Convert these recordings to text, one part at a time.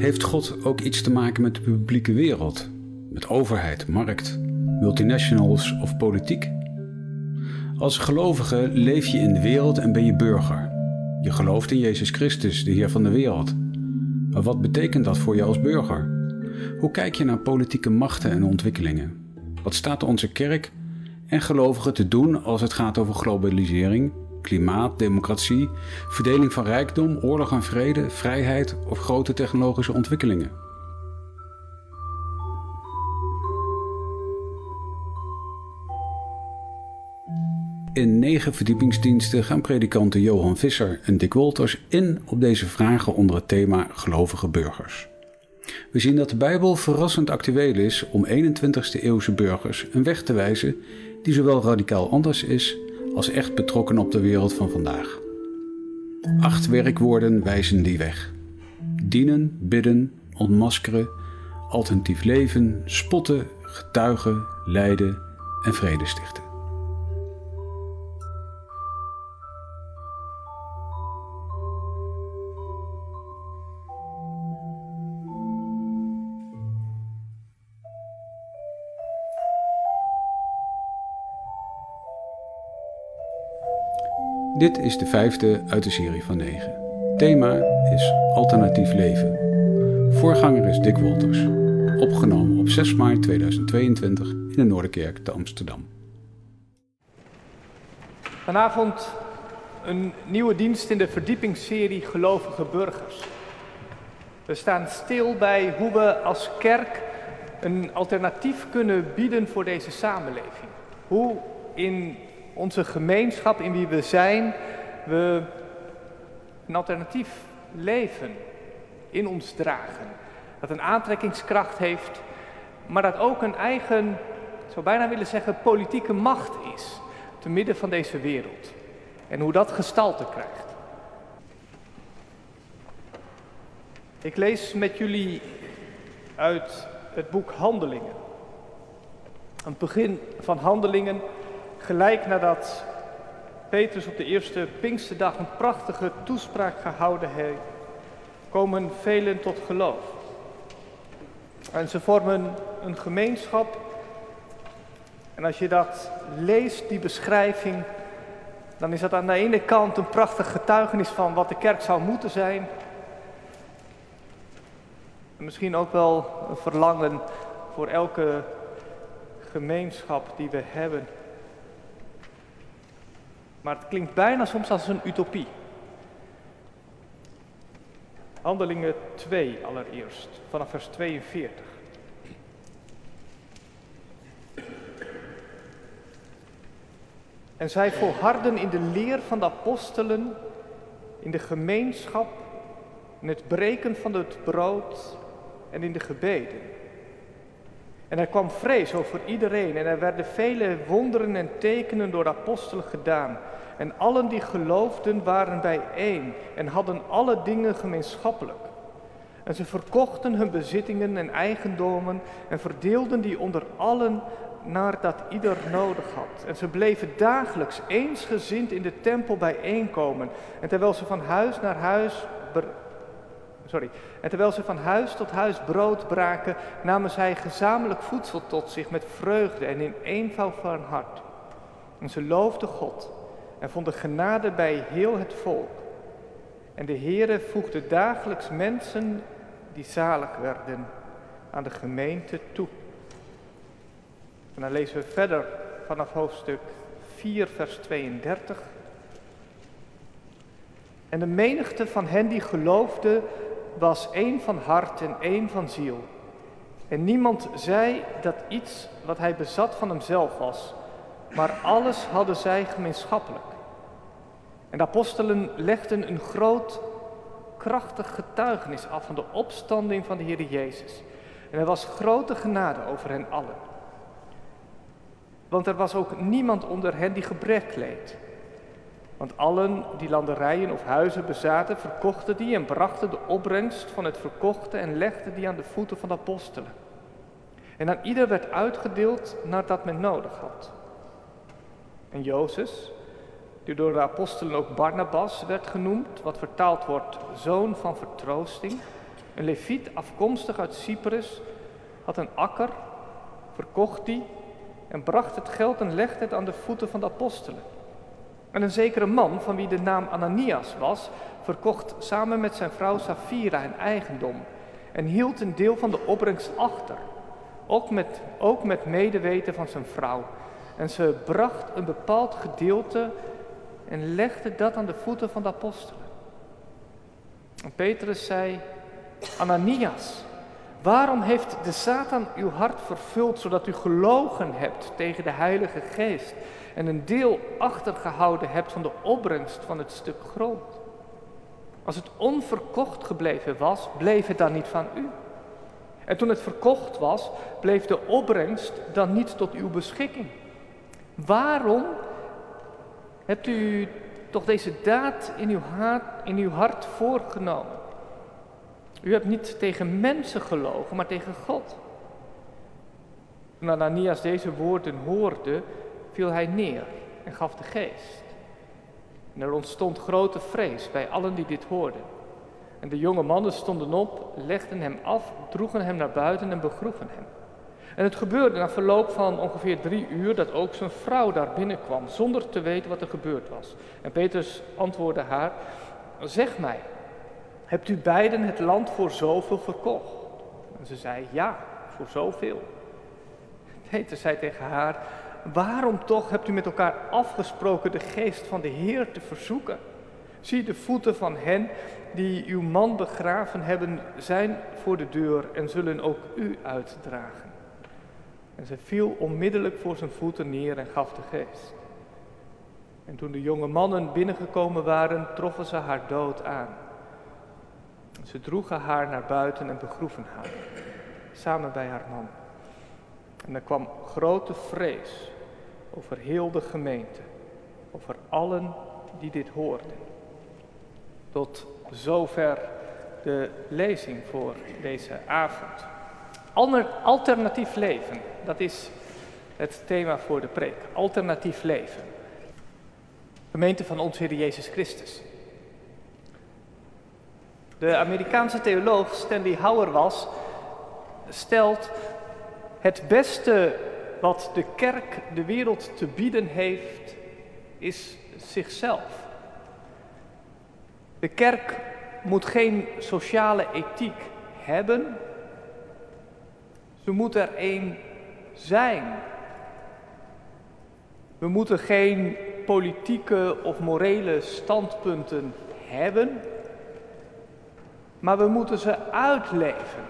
Heeft God ook iets te maken met de publieke wereld? Met overheid, markt, multinationals of politiek? Als gelovige leef je in de wereld en ben je burger. Je gelooft in Jezus Christus, de Heer van de wereld. Maar wat betekent dat voor je als burger? Hoe kijk je naar politieke machten en ontwikkelingen? Wat staat onze kerk en gelovigen te doen als het gaat over globalisering, klimaat, democratie, verdeling van rijkdom, oorlog en vrede, vrijheid of grote technologische ontwikkelingen? In 9 verdiepingsdiensten gaan predikanten Johan Visser en Dick Wolters in op deze vragen onder het thema gelovige burgers. We zien dat de Bijbel verrassend actueel is om 21ste eeuwse burgers een weg te wijzen die zowel radicaal anders is als echt betrokken op de wereld van vandaag. 8 werkwoorden wijzen die weg. Dienen, bidden, ontmaskeren, alternatief leven, spotten, getuigen, lijden en vrede stichten. Dit is de 5e uit de serie van 9. Thema is alternatief leven. Voorganger is Dick Wolters. Opgenomen op 6 maart 2022 in de Noorderkerk te Amsterdam. Vanavond een nieuwe dienst in de verdiepingsserie Gelovige Burgers. We staan stil bij hoe we als kerk een alternatief kunnen bieden voor deze samenleving. Hoe in onze gemeenschap, in wie we zijn, we een alternatief leven in ons dragen. Dat een aantrekkingskracht heeft, maar dat ook een eigen, ik zou bijna willen zeggen, politieke macht is, te midden van deze wereld. En hoe dat gestalte krijgt. Ik lees met jullie uit het boek Handelingen. Aan het begin van Handelingen, gelijk nadat Petrus op de eerste Pinksterdag een prachtige toespraak gehouden heeft, komen velen tot geloof. En ze vormen een gemeenschap. En als je dat leest, die beschrijving, dan is dat aan de ene kant een prachtig getuigenis van wat de kerk zou moeten zijn. En misschien ook wel een verlangen voor elke gemeenschap die we hebben. Maar het klinkt bijna soms als een utopie. Handelingen 2 allereerst, vanaf vers 42. En zij volharden in de leer van de apostelen, in de gemeenschap, in het breken van het brood en in de gebeden. En er kwam vrees over iedereen en er werden vele wonderen en tekenen door de apostelen gedaan. En allen die geloofden waren bijeen en hadden alle dingen gemeenschappelijk. En ze verkochten hun bezittingen en eigendommen en verdeelden die onder allen naar dat ieder nodig had. En ze bleven dagelijks eensgezind in de tempel bijeenkomen. En terwijl ze van huis tot huis brood braken, namen zij gezamenlijk voedsel tot zich met vreugde en in eenvoud van hart. En ze loofden God en vonden genade bij heel het volk. En de Heere voegde dagelijks mensen die zalig werden aan de gemeente toe. En dan lezen we verder vanaf hoofdstuk 4, vers 32. En de menigte van hen die geloofden was één van hart en één van ziel. En niemand zei dat iets wat hij bezat van hemzelf was, maar alles hadden zij gemeenschappelijk. En de apostelen legden een groot, krachtig getuigenis af van de opstanding van de Heer Jezus. En er was grote genade over hen allen. Want er was ook niemand onder hen die gebrek leed. Want allen die landerijen of huizen bezaten, verkochten die en brachten de opbrengst van het verkochte en legden die aan de voeten van de apostelen. En aan ieder werd uitgedeeld naar dat men nodig had. En Jozef, die door de apostelen ook Barnabas werd genoemd, wat vertaald wordt zoon van vertroosting, Een leviet, afkomstig uit Cyprus, had een akker, verkocht die en bracht het geld en legde het aan de voeten van de apostelen. En een zekere man, van wie de naam Ananias was, verkocht samen met zijn vrouw Safira een eigendom en hield een deel van de opbrengst achter, ook met medeweten van zijn vrouw. En ze bracht een bepaald gedeelte en legde dat aan de voeten van de apostelen. En Petrus zei: Ananias, waarom heeft de Satan uw hart vervuld, zodat u gelogen hebt tegen de Heilige Geest en een deel achtergehouden hebt van de opbrengst van het stuk grond? Als het onverkocht gebleven was, bleef het dan niet van u? En toen het verkocht was, bleef de opbrengst dan niet tot uw beschikking? Waarom hebt u toch deze daad in uw hart voorgenomen? U hebt niet tegen mensen gelogen, maar tegen God. Toen Ananias deze woorden hoorde, viel hij neer en gaf de geest. En er ontstond grote vrees bij allen die dit hoorden. En de jonge mannen stonden op, legden hem af, droegen hem naar buiten en begroeven hem. En het gebeurde na verloop van ongeveer 3 uur dat ook zijn vrouw daar binnenkwam, zonder te weten wat er gebeurd was. En Petrus antwoordde haar: zeg mij, hebt u beiden het land voor zoveel verkocht? En ze zei: ja, voor zoveel. Petrus zei tegen haar: waarom toch hebt u met elkaar afgesproken de geest van de Heer te verzoeken? Zie, de voeten van hen die uw man begraven hebben zijn voor de deur en zullen ook u uitdragen. En ze viel onmiddellijk voor zijn voeten neer en gaf de geest. En toen de jonge mannen binnengekomen waren, troffen ze haar dood aan. Ze droegen haar naar buiten en begroeven haar, samen bij haar man. En er kwam grote vrees over heel de gemeente, over allen die dit hoorden. Tot zover de lezing voor deze avond. Alternatief leven, dat is het thema voor de preek. Alternatief leven. Gemeente van onze Heer Jezus Christus. De Amerikaanse theoloog Stanley Hauerwas stelt: het beste wat de kerk de wereld te bieden heeft, is zichzelf. De kerk moet geen sociale ethiek hebben, ze moet er één zijn. We moeten geen politieke of morele standpunten hebben, maar we moeten ze uitleven.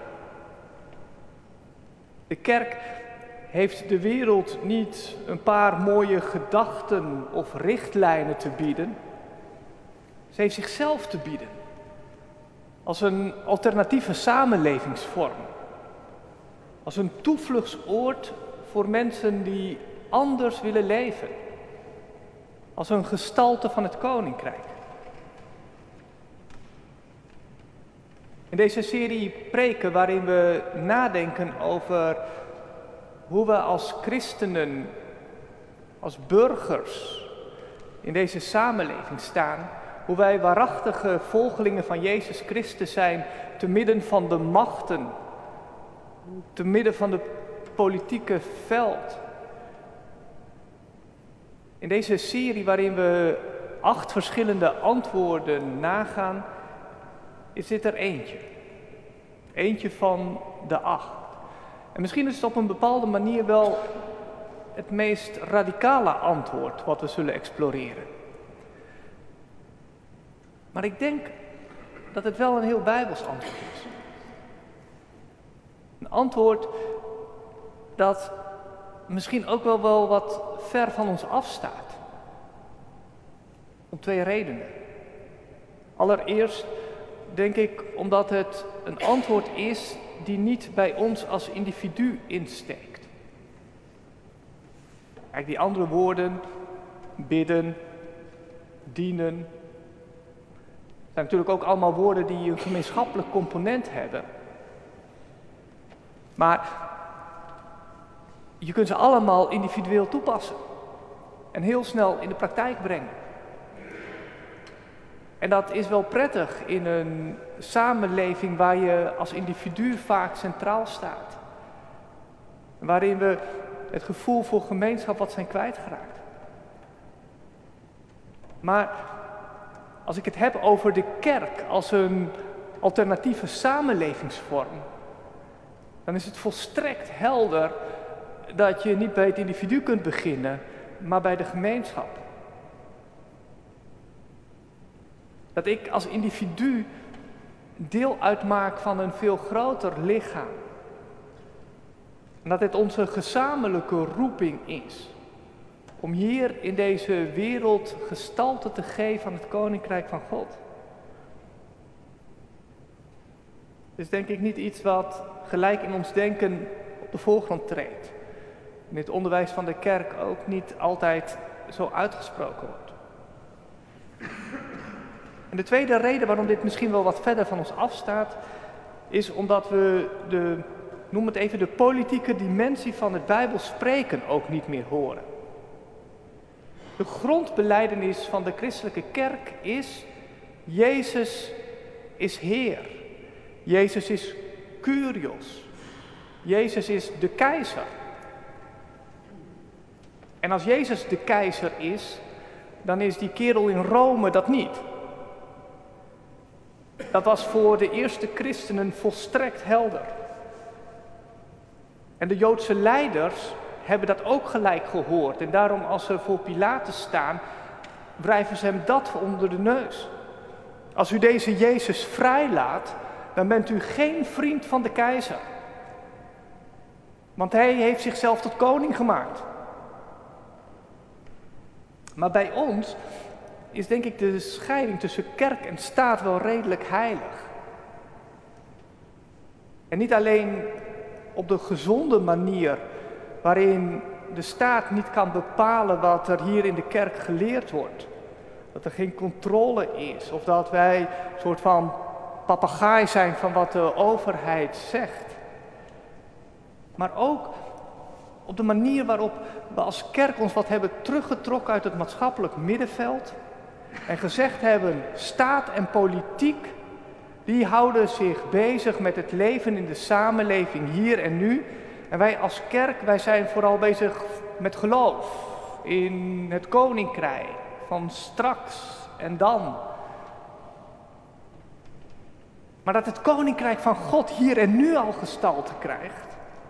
De kerk heeft de wereld niet een paar mooie gedachten of richtlijnen te bieden. Ze heeft zichzelf te bieden. Als een alternatieve samenlevingsvorm. Als een toevluchtsoord voor mensen die anders willen leven. Als een gestalte van het koninkrijk. In deze serie preken waarin we nadenken over hoe we als christenen, als burgers in deze samenleving staan. Hoe wij waarachtige volgelingen van Jezus Christus zijn te midden van de machten, te midden van het politieke veld. In deze serie waarin we 8 verschillende antwoorden nagaan, is dit er eentje. Eentje van de 8. En misschien is het op een bepaalde manier wel het meest radicale antwoord wat we zullen exploreren. Maar ik denk dat het wel een heel Bijbels antwoord is. Een antwoord dat misschien ook wel wat ver van ons afstaat. Om 2 redenen. Allereerst denk ik omdat het een antwoord is die niet bij ons als individu insteekt. Kijk, die andere woorden, bidden, dienen, zijn natuurlijk ook allemaal woorden die een gemeenschappelijk component hebben. Maar je kunt ze allemaal individueel toepassen en heel snel in de praktijk brengen. En dat is wel prettig in een samenleving waar je als individu vaak centraal staat. Waarin we het gevoel voor gemeenschap wat zijn kwijtgeraakt. Maar als ik het heb over de kerk als een alternatieve samenlevingsvorm, dan is het volstrekt helder dat je niet bij het individu kunt beginnen, maar bij de gemeenschap. Dat ik als individu deel uitmaak van een veel groter lichaam. En dat het onze gezamenlijke roeping is om hier in deze wereld gestalte te geven aan het Koninkrijk van God. Het is denk ik niet iets wat gelijk in ons denken op de voorgrond treedt. In het onderwijs van de kerk ook niet altijd zo uitgesproken wordt. En de tweede reden waarom dit misschien wel wat verder van ons afstaat, is omdat we noem het even, de politieke dimensie van het Bijbels spreken ook niet meer horen. De grondbelijdenis van de christelijke kerk is: Jezus is Heer. Jezus is Kyrios. Jezus is de keizer. En als Jezus de keizer is, dan is die kerel in Rome dat niet. Dat was voor de eerste christenen volstrekt helder. En de Joodse leiders hebben dat ook gelijk gehoord. En daarom als ze voor Pilatus staan, wrijven ze hem dat onder de neus. Als u deze Jezus vrijlaat, dan bent u geen vriend van de keizer. Want hij heeft zichzelf tot koning gemaakt. Maar bij ons is denk ik de scheiding tussen kerk en staat wel redelijk heilig. En niet alleen op de gezonde manier waarin de staat niet kan bepalen wat er hier in de kerk geleerd wordt. Dat er geen controle is of dat wij een soort van papegaai zijn van wat de overheid zegt. Maar ook op de manier waarop we als kerk ons wat hebben teruggetrokken uit het maatschappelijk middenveld en gezegd hebben: staat en politiek, die houden zich bezig met het leven in de samenleving hier en nu. En wij als kerk, wij zijn vooral bezig met geloof in het koninkrijk van straks en dan. Maar dat het koninkrijk van God hier en nu al gestalte krijgt,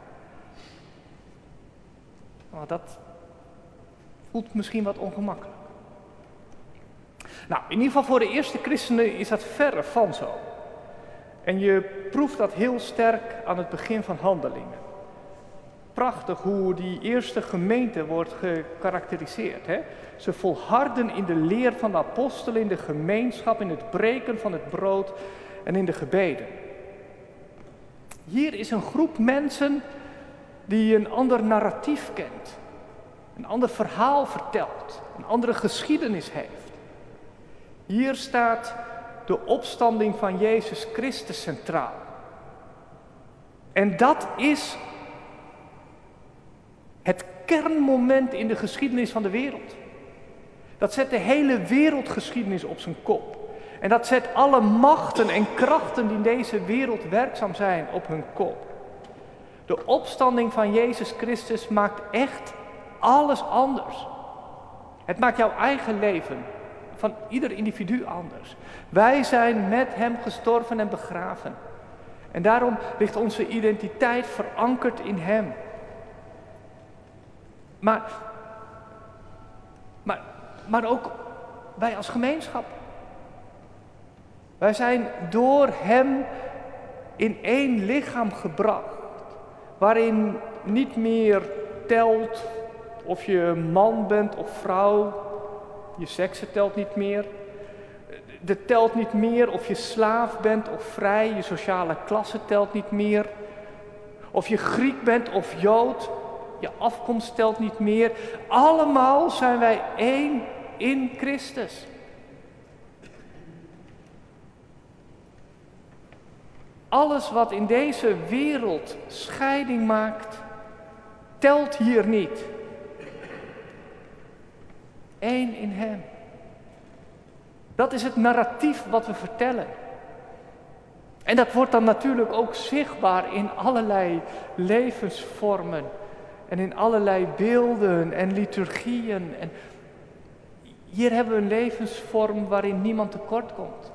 nou, dat voelt misschien wat ongemakkelijk. Nou, in ieder geval voor de eerste christenen is dat verre van zo. En je proeft dat heel sterk aan het begin van Handelingen. Prachtig hoe die eerste gemeente wordt gekarakteriseerd. Hè? Ze volharden in de leer van de apostelen, in de gemeenschap, in het breken van het brood en in de gebeden. Hier is een groep mensen die een ander narratief kent. Een ander verhaal vertelt, een andere geschiedenis heeft. Hier staat de opstanding van Jezus Christus centraal. En dat is het kernmoment in de geschiedenis van de wereld. Dat zet de hele wereldgeschiedenis op zijn kop. En dat zet alle machten en krachten die in deze wereld werkzaam zijn op hun kop. De opstanding van Jezus Christus maakt echt alles anders. Het maakt jouw eigen leven van ieder individu anders. Wij zijn met hem gestorven en begraven. En daarom ligt onze identiteit verankerd in hem. Maar ook wij als gemeenschap. Wij zijn door hem in één lichaam gebracht. Waarin niet meer telt of je man bent of vrouw. Je seksen telt niet meer. Het telt niet meer of je slaaf bent of vrij. Je sociale klasse telt niet meer. Of je Griek bent of Jood. Je afkomst telt niet meer. Allemaal zijn wij één in Christus. Alles wat in deze wereld scheiding maakt, telt hier niet. Eén in hem. Dat is het narratief wat we vertellen. En dat wordt dan natuurlijk ook zichtbaar in allerlei levensvormen en in allerlei beelden en liturgieën. En hier hebben we een levensvorm waarin niemand tekort komt.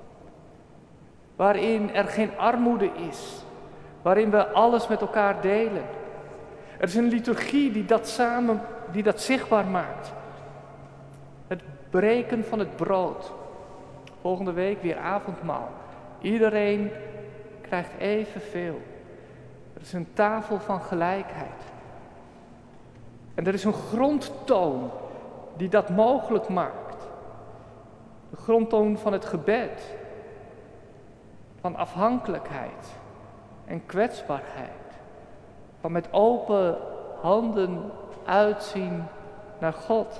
Waarin er geen armoede is. Waarin we alles met elkaar delen. Er is een liturgie die dat zichtbaar maakt. Het breken van het brood. Volgende week weer avondmaal. Iedereen krijgt evenveel. Er is een tafel van gelijkheid. En er is een grondtoon die dat mogelijk maakt. De grondtoon van het gebed. Van afhankelijkheid en kwetsbaarheid. Van met open handen uitzien naar God.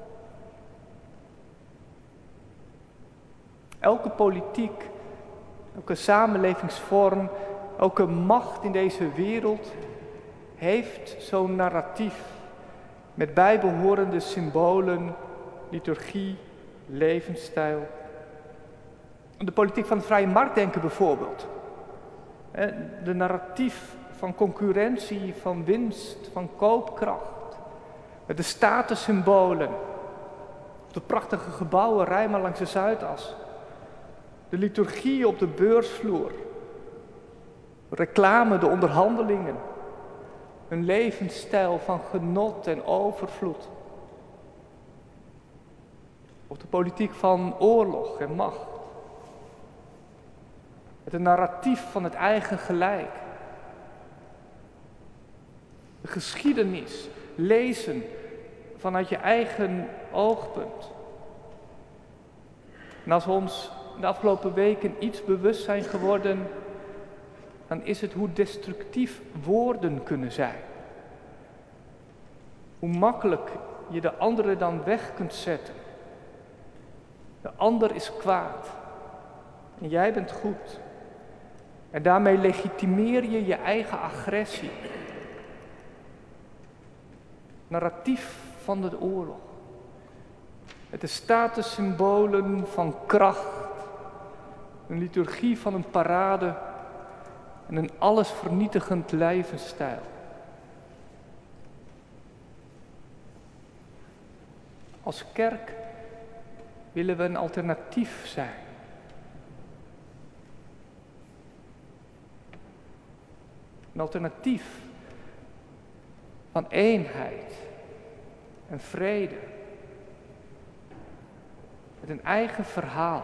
Elke politiek, elke samenlevingsvorm, elke macht in deze wereld heeft zo'n narratief met bijbehorende symbolen, liturgie, levensstijl. De politiek van het vrije marktdenken bijvoorbeeld. De narratief van concurrentie, van winst, van koopkracht. Met de statussymbolen. De prachtige gebouwen rijmen langs de Zuidas. De liturgie op de beursvloer. Reclame, de onderhandelingen. Een levensstijl van genot en overvloed. Of de politiek van oorlog en macht. Met een narratief van het eigen gelijk. De geschiedenis lezen vanuit je eigen oogpunt. En als we ons de afgelopen weken iets bewust zijn geworden, dan is het hoe destructief woorden kunnen zijn. Hoe makkelijk je de andere dan weg kunt zetten. De ander is kwaad en jij bent goed. En daarmee legitimeer je je eigen agressie. Narratief van de oorlog. Met de statussymbolen van kracht. Een liturgie van een parade. En een allesvernietigend levensstijl. Als kerk willen we een alternatief zijn. Een alternatief van eenheid en vrede. Met een eigen verhaal.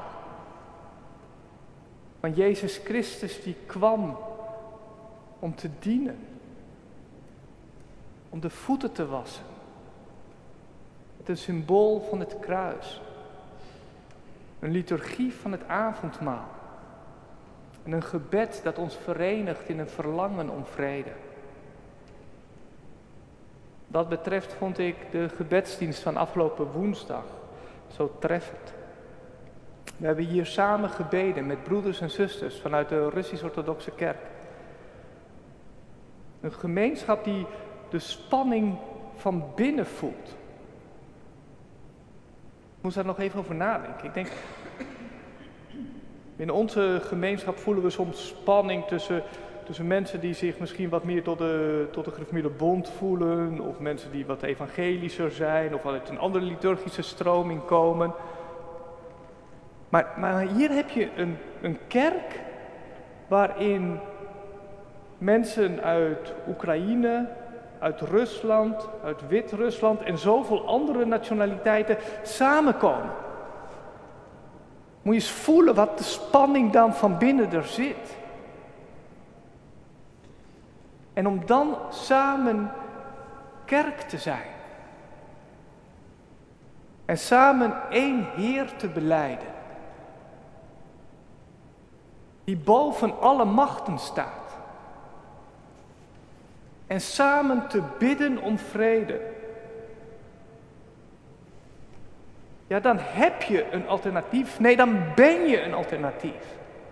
Van Jezus Christus die kwam om te dienen. Om de voeten te wassen. Met een symbool van het kruis. Een liturgie van het avondmaal. En een gebed dat ons verenigt in een verlangen om vrede. Dat betreft vond ik de gebedsdienst van afgelopen woensdag zo treffend. We hebben hier samen gebeden met broeders en zusters vanuit de Russisch-Orthodoxe Kerk. Een gemeenschap die de spanning van binnen voelt. Ik moest daar nog even over nadenken. Ik denk, in onze gemeenschap voelen we soms spanning tussen mensen die zich misschien wat meer tot de gereformeerde bond voelen, of mensen die wat evangelischer zijn, of uit een andere liturgische stroming komen. Maar hier heb je een kerk waarin mensen uit Oekraïne, uit Rusland, uit Wit-Rusland en zoveel andere nationaliteiten samenkomen. Moet je eens voelen wat de spanning dan van binnen er zit. En om dan samen kerk te zijn. En samen één Heer te belijden. Die boven alle machten staat. En samen te bidden om vrede. Ja, dan heb je een alternatief. Nee, dan ben je een alternatief.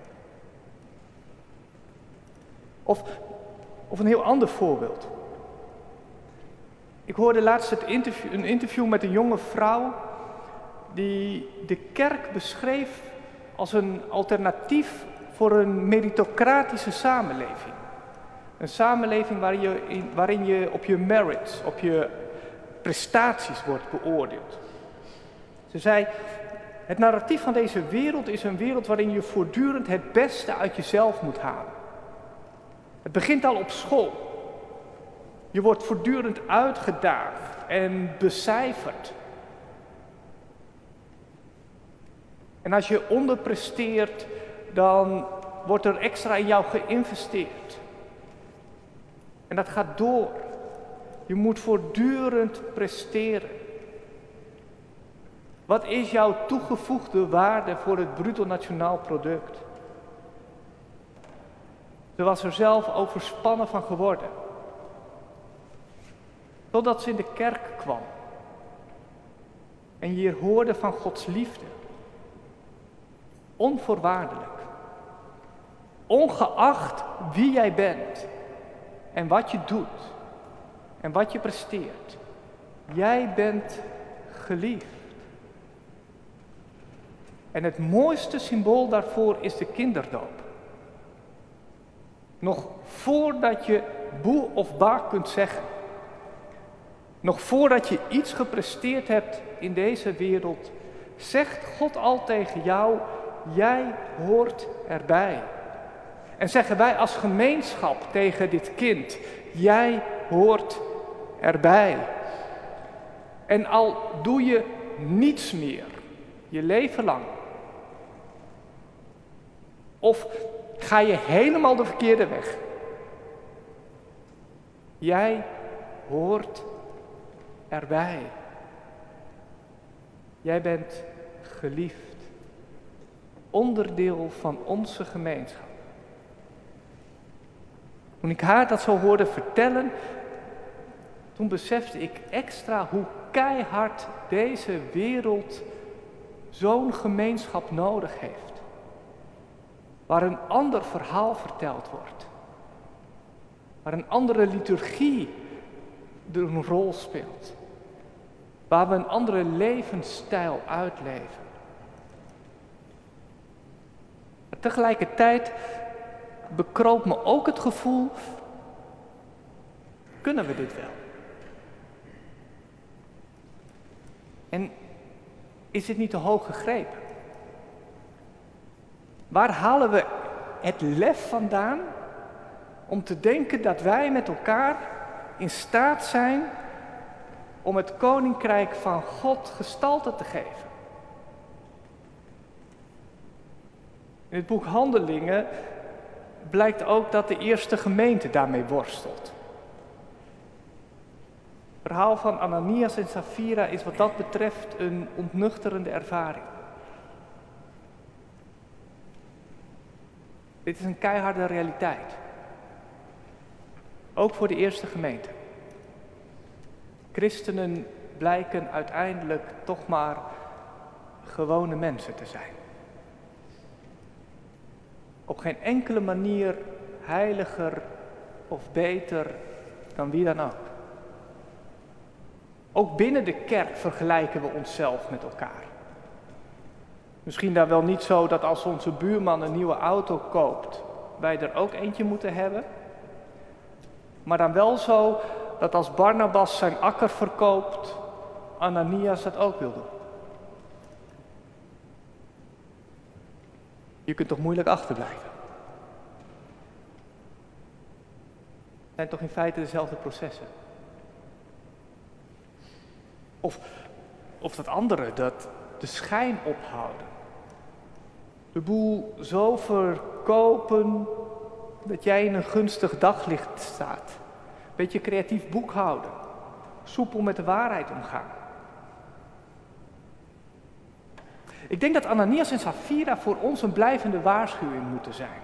Of een heel ander voorbeeld. Ik hoorde laatst een interview met een jonge vrouw die de kerk beschreef als een alternatief voor een meritocratische samenleving. Een samenleving waarin je op je merits, op je prestaties wordt beoordeeld. Ze zei, het narratief van deze wereld is een wereld waarin je voortdurend het beste uit jezelf moet halen. Het begint al op school. Je wordt voortdurend uitgedaagd en becijferd. En als je onderpresteert, dan wordt er extra in jou geïnvesteerd. En dat gaat door. Je moet voortdurend presteren. Wat is jouw toegevoegde waarde voor het bruto nationaal product? Ze was er zelf overspannen van geworden. Totdat ze in de kerk kwam. En je hier hoorde van Gods liefde. Onvoorwaardelijk. Ongeacht wie jij bent. En wat je doet. En wat je presteert. Jij bent geliefd. En het mooiste symbool daarvoor is de kinderdoop. Nog voordat je boe of ba kunt zeggen. Nog voordat je iets gepresteerd hebt in deze wereld, zegt God al tegen jou, jij hoort erbij. En zeggen wij als gemeenschap tegen dit kind, jij hoort erbij. En al doe je niets meer, je leven lang. Of ga je helemaal de verkeerde weg. Jij hoort erbij. Jij bent geliefd. Onderdeel van onze gemeenschap. Toen ik haar dat zo hoorde vertellen, toen besefte ik extra hoe keihard deze wereld zo'n gemeenschap nodig heeft. Waar een ander verhaal verteld wordt. Waar een andere liturgie een rol speelt. Waar we een andere levensstijl uitleven. Maar tegelijkertijd bekroop me ook het gevoel, kunnen we dit wel? En is dit niet te hoog gegrepen? Waar halen we het lef vandaan om te denken dat wij met elkaar in staat zijn om het koninkrijk van God gestalte te geven? In het boek Handelingen blijkt ook dat de eerste gemeente daarmee worstelt. Het verhaal van Ananias en Safira is wat dat betreft een ontnuchterende ervaring. Dit is een keiharde realiteit. Ook voor de eerste gemeente. Christenen blijken uiteindelijk toch maar gewone mensen te zijn. Op geen enkele manier heiliger of beter dan wie dan ook. Ook binnen de kerk vergelijken we onszelf met elkaar. Misschien dan wel niet zo dat als onze buurman een nieuwe auto koopt, wij er ook eentje moeten hebben. Maar dan wel zo dat als Barnabas zijn akker verkoopt, Ananias dat ook wil doen. Je kunt toch moeilijk achterblijven? Het zijn toch in feite dezelfde processen? Of dat andere, dat de schijn ophouden. De boel zo verkopen dat jij in een gunstig daglicht staat. Beetje creatief boekhouden. Soepel met de waarheid omgaan. Ik denk dat Ananias en Safira voor ons een blijvende waarschuwing moeten zijn.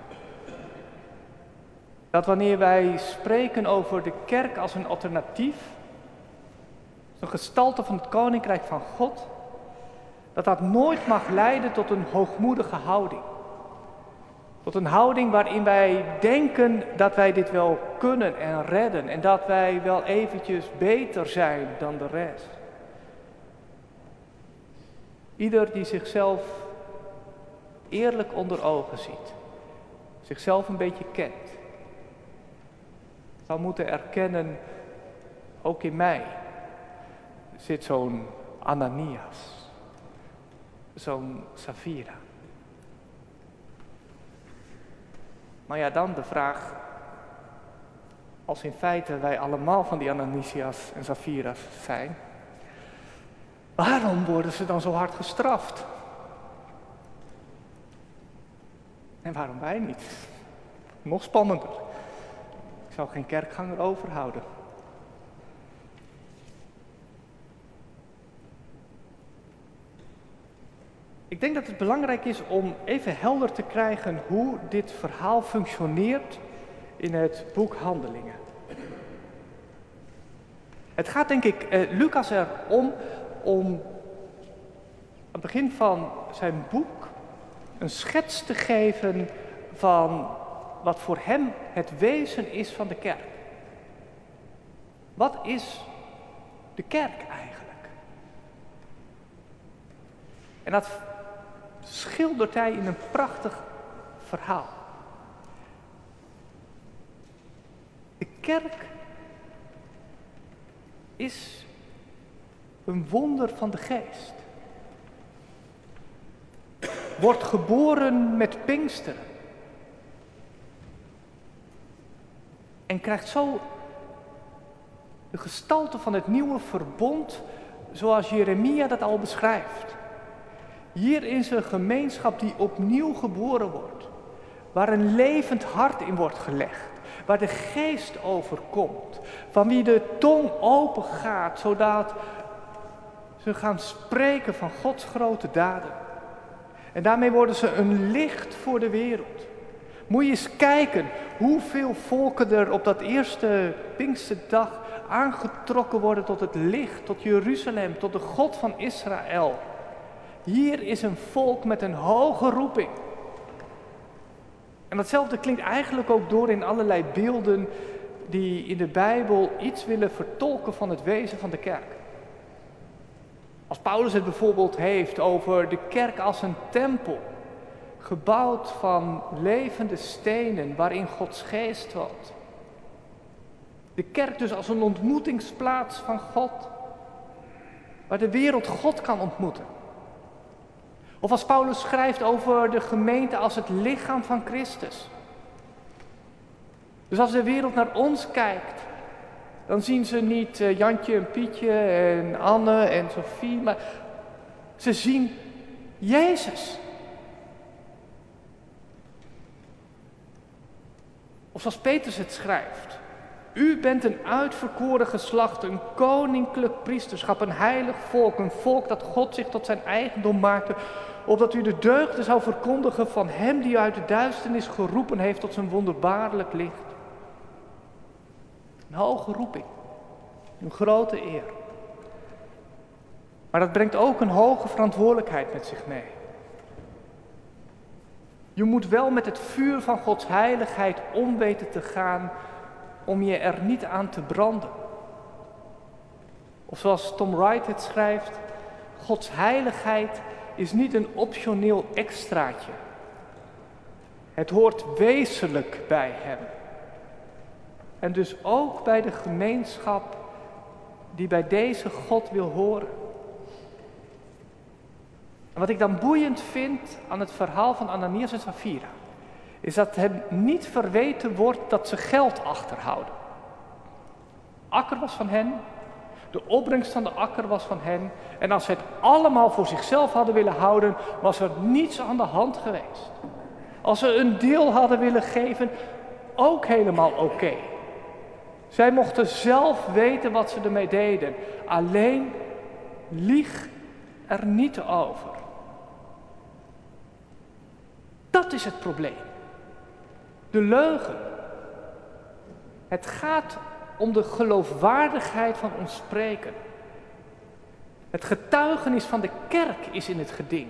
Dat wanneer wij spreken over de kerk als een alternatief, een gestalte van het koninkrijk van God, dat nooit mag leiden tot een hoogmoedige houding. Tot een houding waarin wij denken dat wij dit wel kunnen en redden en dat wij wel eventjes beter zijn dan de rest. Ieder die zichzelf eerlijk onder ogen ziet, zichzelf een beetje kent, zou moeten erkennen, ook in mij zit zo'n Ananias, zo'n Safira. Maar ja, dan de vraag, als in feite wij allemaal van die Ananias en Safira's zijn, waarom worden ze dan zo hard gestraft? En waarom wij niet? Nog spannender. Ik zou geen kerkganger overhouden. Ik denk dat het belangrijk is om even helder te krijgen hoe dit verhaal functioneert in het boek Handelingen. Het gaat denk ik Lucas erom om aan het begin van zijn boek een schets te geven van wat voor hem het wezen is van de kerk. Wat is de kerk eigenlijk? En dat schildert hij in een prachtig verhaal. De kerk is een wonder van de geest. Wordt geboren met Pinksteren. En krijgt zo de gestalte van het nieuwe verbond, zoals Jeremia dat al beschrijft. Hier is een gemeenschap die opnieuw geboren wordt, waar een levend hart in wordt gelegd, waar de geest overkomt, van wie de tong open gaat, zodat ze gaan spreken van Gods grote daden. En daarmee worden ze een licht voor de wereld. Moet je eens kijken hoeveel volken er op dat eerste Pinksterdag aangetrokken worden tot het licht, tot Jeruzalem, tot de God van Israël. Hier is een volk met een hoge roeping. En datzelfde klinkt eigenlijk ook door in allerlei beelden die in de Bijbel iets willen vertolken van het wezen van de kerk. Als Paulus het bijvoorbeeld heeft over de kerk als een tempel, gebouwd van levende stenen waarin Gods geest woont. De kerk dus als een ontmoetingsplaats van God, waar de wereld God kan ontmoeten. Of als Paulus schrijft over de gemeente als het lichaam van Christus. Dus als de wereld naar ons kijkt, dan zien ze niet Jantje en Pietje en Anne en Sophie, maar ze zien Jezus. Of zoals Petrus het schrijft. U bent een uitverkoren geslacht, een koninklijk priesterschap, een heilig volk. Een volk dat God zich tot zijn eigendom maakte, opdat u de deugden zou verkondigen van hem die u uit de duisternis geroepen heeft tot zijn wonderbaarlijk licht. Een hoge roeping, een grote eer. Maar dat brengt ook een hoge verantwoordelijkheid met zich mee. Je moet wel met het vuur van Gods heiligheid om weten te gaan om je er niet aan te branden. Of zoals Tom Wright het schrijft, Gods heiligheid is niet een optioneel extraatje. Het hoort wezenlijk bij hem. En dus ook bij de gemeenschap die bij deze God wil horen. En wat ik dan boeiend vind aan het verhaal van Ananias en Safira, is dat hen niet verweten wordt dat ze geld achterhouden. Akker was van hen, de opbrengst van de akker was van hen. En als ze het allemaal voor zichzelf hadden willen houden, was er niets aan de hand geweest. Als ze een deel hadden willen geven, ook helemaal oké. Zij mochten zelf weten wat ze ermee deden. Alleen lieg er niet over. Dat is het probleem. De leugen. Het gaat om de geloofwaardigheid van ons spreken. Het getuigenis van de kerk is in het geding.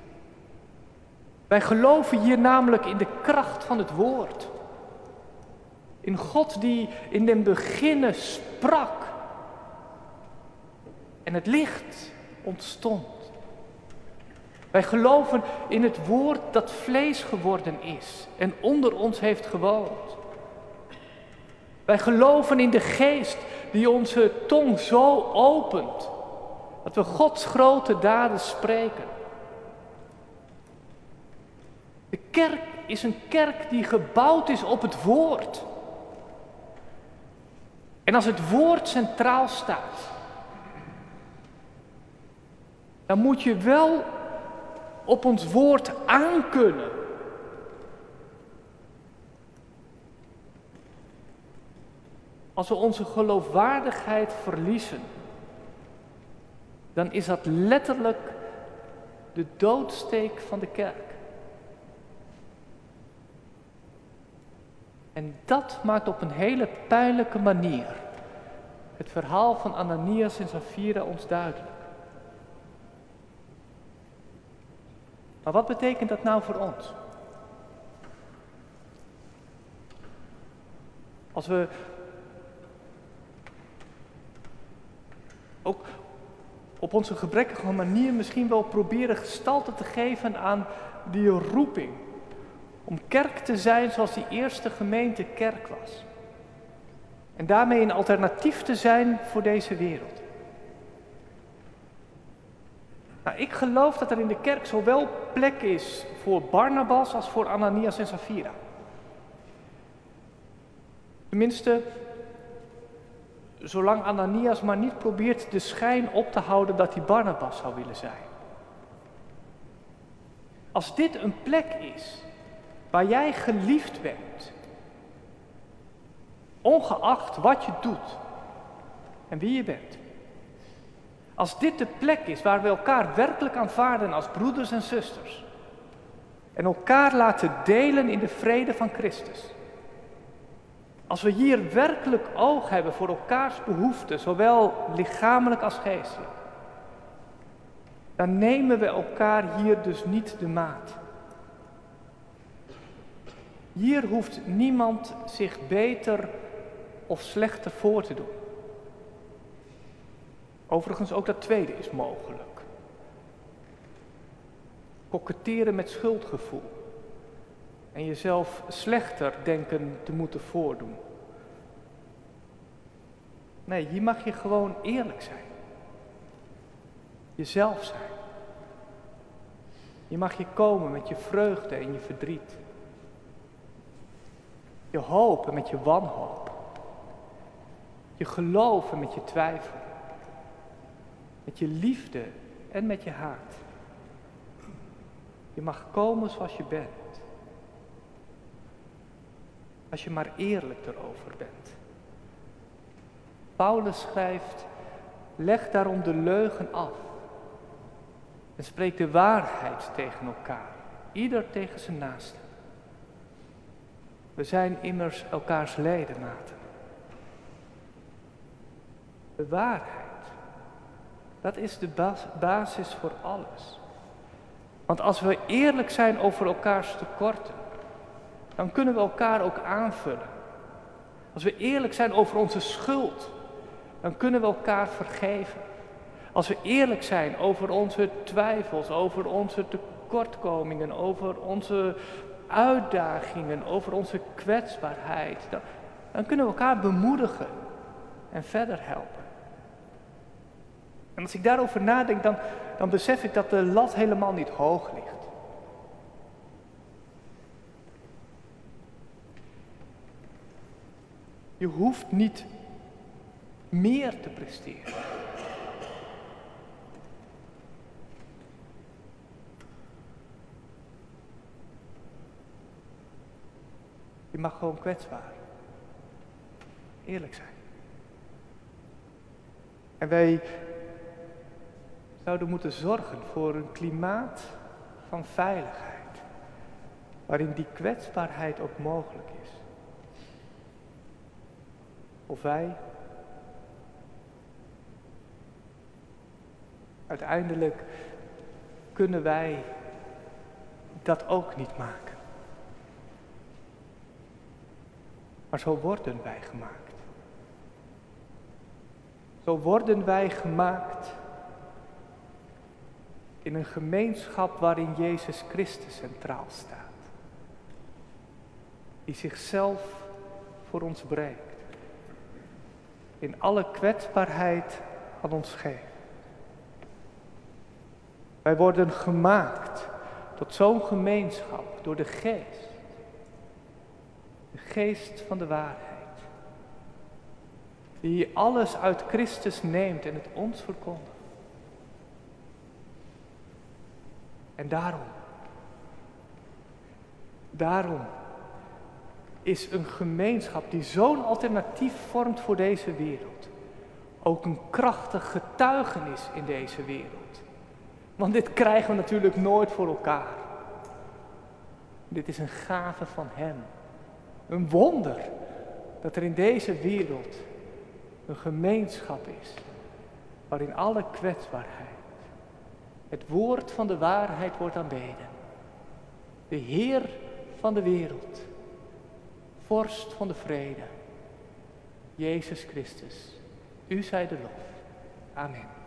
Wij geloven hier namelijk in de kracht van het woord. In God die in den beginnen sprak. En het licht ontstond. Wij geloven in het woord dat vlees geworden is en onder ons heeft gewoond. Wij geloven in de geest die onze tong zo opent, dat we Gods grote daden spreken. De kerk is een kerk die gebouwd is op het woord. En als het woord centraal staat, dan moet je wel op ons woord aankunnen. Als we onze geloofwaardigheid verliezen, dan is dat letterlijk de doodsteek van de kerk. En dat maakt op een hele pijnlijke manier het verhaal van Ananias en Safira ons duidelijk. Maar wat betekent dat nou voor ons? Als we ook op onze gebrekkige manier misschien wel proberen gestalte te geven aan die roeping. Om kerk te zijn zoals die eerste gemeente kerk was. En daarmee een alternatief te zijn voor deze wereld. Nou, ik geloof dat er in de kerk zowel plek is voor Barnabas als voor Ananias en Safira. Tenminste, zolang Ananias maar niet probeert de schijn op te houden dat hij Barnabas zou willen zijn. Als dit een plek is waar jij geliefd bent, ongeacht wat je doet en wie je bent. Als dit de plek is waar we elkaar werkelijk aanvaarden als broeders en zusters en elkaar laten delen in de vrede van Christus. Als we hier werkelijk oog hebben voor elkaars behoeften, zowel lichamelijk als geestelijk, dan nemen we elkaar hier dus niet de maat. Hier hoeft niemand zich beter of slechter voor te doen. Overigens, ook dat tweede is mogelijk. Koketteren met schuldgevoel. En jezelf slechter denken te moeten voordoen. Nee, hier mag je gewoon eerlijk zijn. Jezelf zijn. Je mag je komen met je vreugde en je verdriet. Je hoop en met je wanhoop. Je geloof en met je twijfel. Met je liefde en met je haat. Je mag komen zoals je bent. Als je maar eerlijk erover bent. Paulus schrijft, leg daarom de leugen af. En spreek de waarheid tegen elkaar. Ieder tegen zijn naaste. We zijn immers elkaars ledematen. De waarheid, dat is de basis voor alles. Want als we eerlijk zijn over elkaars tekorten, dan kunnen we elkaar ook aanvullen. Als we eerlijk zijn over onze schuld, dan kunnen we elkaar vergeven. Als we eerlijk zijn over onze twijfels, over onze tekortkomingen, over onze uitdagingen, over onze kwetsbaarheid, dan kunnen we elkaar bemoedigen en verder helpen. En als ik daarover nadenk, dan besef ik dat de lat helemaal niet hoog ligt. Je hoeft niet meer te presteren. Je mag gewoon kwetsbaar, eerlijk zijn. En wij zouden moeten zorgen voor een klimaat van veiligheid, waarin die kwetsbaarheid ook mogelijk is. Of wij uiteindelijk kunnen wij dat ook niet maken. Maar zo worden wij gemaakt. Zo worden wij gemaakt In een gemeenschap waarin Jezus Christus centraal staat. Die zichzelf voor ons breekt. In alle kwetsbaarheid aan ons geeft. Wij worden gemaakt tot zo'n gemeenschap door de geest. De geest van de waarheid. Die alles uit Christus neemt en het ons verkondigt. En daarom is een gemeenschap die zo'n alternatief vormt voor deze wereld. Ook een krachtig getuigenis in deze wereld. Want dit krijgen we natuurlijk nooit voor elkaar. Dit is een gave van Hem. Een wonder dat er in deze wereld een gemeenschap is. Waarin alle kwetsbaarheid, het woord van de waarheid wordt aanbeden. De Heer van de wereld. Vorst van de vrede. Jezus Christus. U zij de lof. Amen.